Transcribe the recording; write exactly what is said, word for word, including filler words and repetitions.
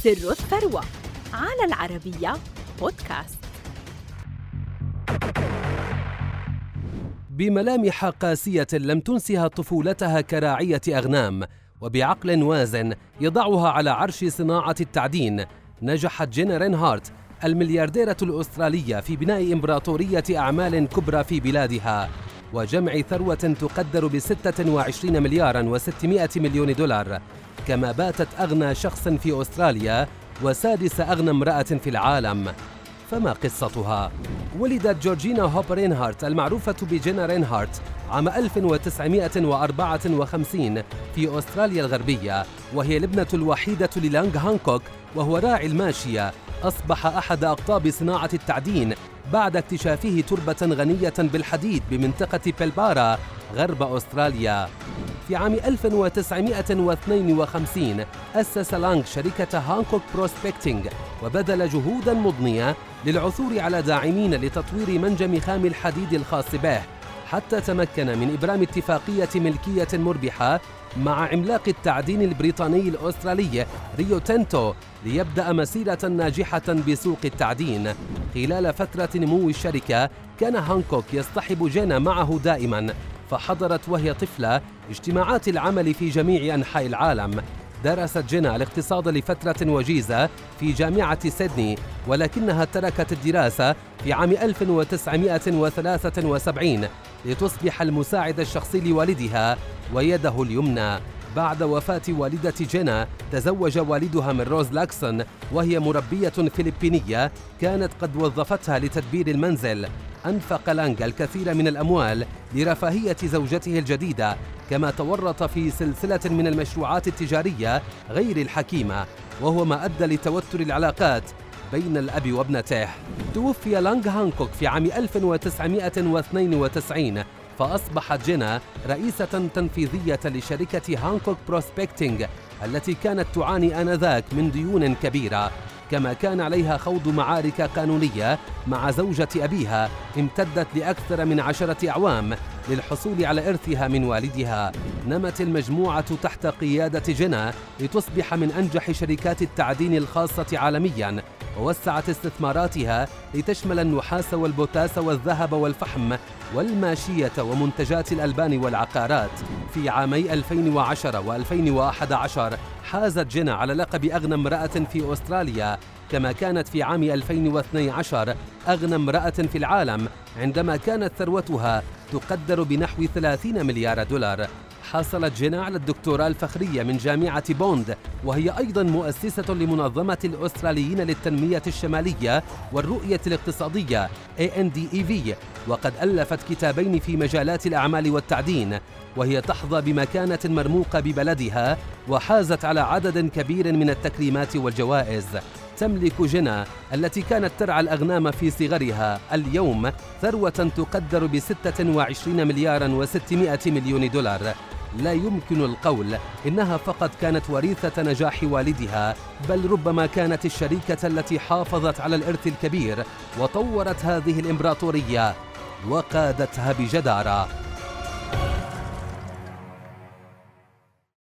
سر الثروة على العربية بودكاست. بملامح قاسية لم تنسها طفولتها كراعية أغنام، وبعقل وازن يضعها على عرش صناعة التعدين، نجحت جينا رينهارت المليارديرة الأسترالية في بناء إمبراطورية أعمال كبرى في بلادها، وجمع ثروة تقدر بستة وعشرين ملياراً وستمائة مليون دولار، كما باتت أغنى شخص في أستراليا وسادس أغنى امرأة في العالم. فما قصتها؟ ولدت جورجينا هوب رينهارت المعروفة بجينا رينهارت عام ألف وتسعمائة وأربعة وخمسين في أستراليا الغربية، وهي الابنة الوحيدة للانغ هانكوك وهو راعي الماشية. أصبح أحد أقطاب صناعة التعدين بعد اكتشافه تربة غنية بالحديد بمنطقة بيلبارا غرب أستراليا. في عام ألف وتسعمائة واثنين وخمسين أسس لانغ شركة هانكوك بروسبكتينج، وبذل جهوداً مضنية للعثور على داعمين لتطوير منجم خام الحديد الخاص به، حتى تمكن من إبرام اتفاقية ملكية مربحة مع عملاق التعدين البريطاني الأسترالي ريو تينتو ليبدأ مسيرة ناجحة بسوق التعدين. خلال فترة نمو الشركة كان هانكوك يصطحب جينا معه دائماً، فحضرت وهي طفلة اجتماعات العمل في جميع أنحاء العالم. درست جينا الاقتصاد لفترة وجيزة في جامعة سيدني، ولكنها تركت الدراسة في عام ألف وتسعمائة وثلاثة وسبعين لتصبح المساعد الشخصي لوالدها ويده اليمنى. بعد وفاة والدة جينا تزوج والدها من روز لاكسون، وهي مربية فلبينية كانت قد وظفتها لتدبير المنزل. أنفق لانغ الكثير من الأموال لرفاهية زوجته الجديدة، كما تورط في سلسلة من المشروعات التجارية غير الحكيمة، وهو ما أدى لتوتر العلاقات بين الأب وابنته. توفي لانغ هانكوك في عام ألف وتسعمائة واثنين وتسعين، فأصبحت جينا رئيسة تنفيذية لشركة هانكوك بروسبكتينج التي كانت تعاني آنذاك من ديون كبيرة، كما كان عليها خوض معارك قانونية مع زوجة أبيها امتدت لأكثر من عشرة أعوام للحصول على إرثها من والدها. نمت المجموعة تحت قيادة جينا لتصبح من أنجح شركات التعدين الخاصة عالمياً، ووسعت استثماراتها لتشمل النحاس والبوتاس والذهب والفحم والماشية ومنتجات الألبان والعقارات. في عامي ألفين وعشرة وألفين وأحد عشر حازت جينا على لقب أغنى امرأة في أستراليا، كما كانت في عام ألفين واثني عشر أغنى امرأة في العالم عندما كانت ثروتها تقدر بنحو ثلاثين مليار دولار. حصلت جينا على الدكتوراه الفخرية من جامعة بوند، وهي أيضاً مؤسسة لمنظمة الأستراليين للتنمية الشمالية والرؤية الاقتصادية إيه إن دي إي في، وقد ألفت كتابين في مجالات الأعمال والتعدين، وهي تحظى بمكانة مرموقة ببلدها وحازت على عدد كبير من التكريمات والجوائز. تملك جينا التي كانت ترعى الأغنام في صغرها اليوم ثروة تقدر بستة وعشرين ملياراً وستمائة مليون دولار. لا يمكن القول إنها فقط كانت وريثة نجاح والدها، بل ربما كانت الشريكة التي حافظت على الإرث الكبير وطورت هذه الإمبراطورية وقادتها بجدارة.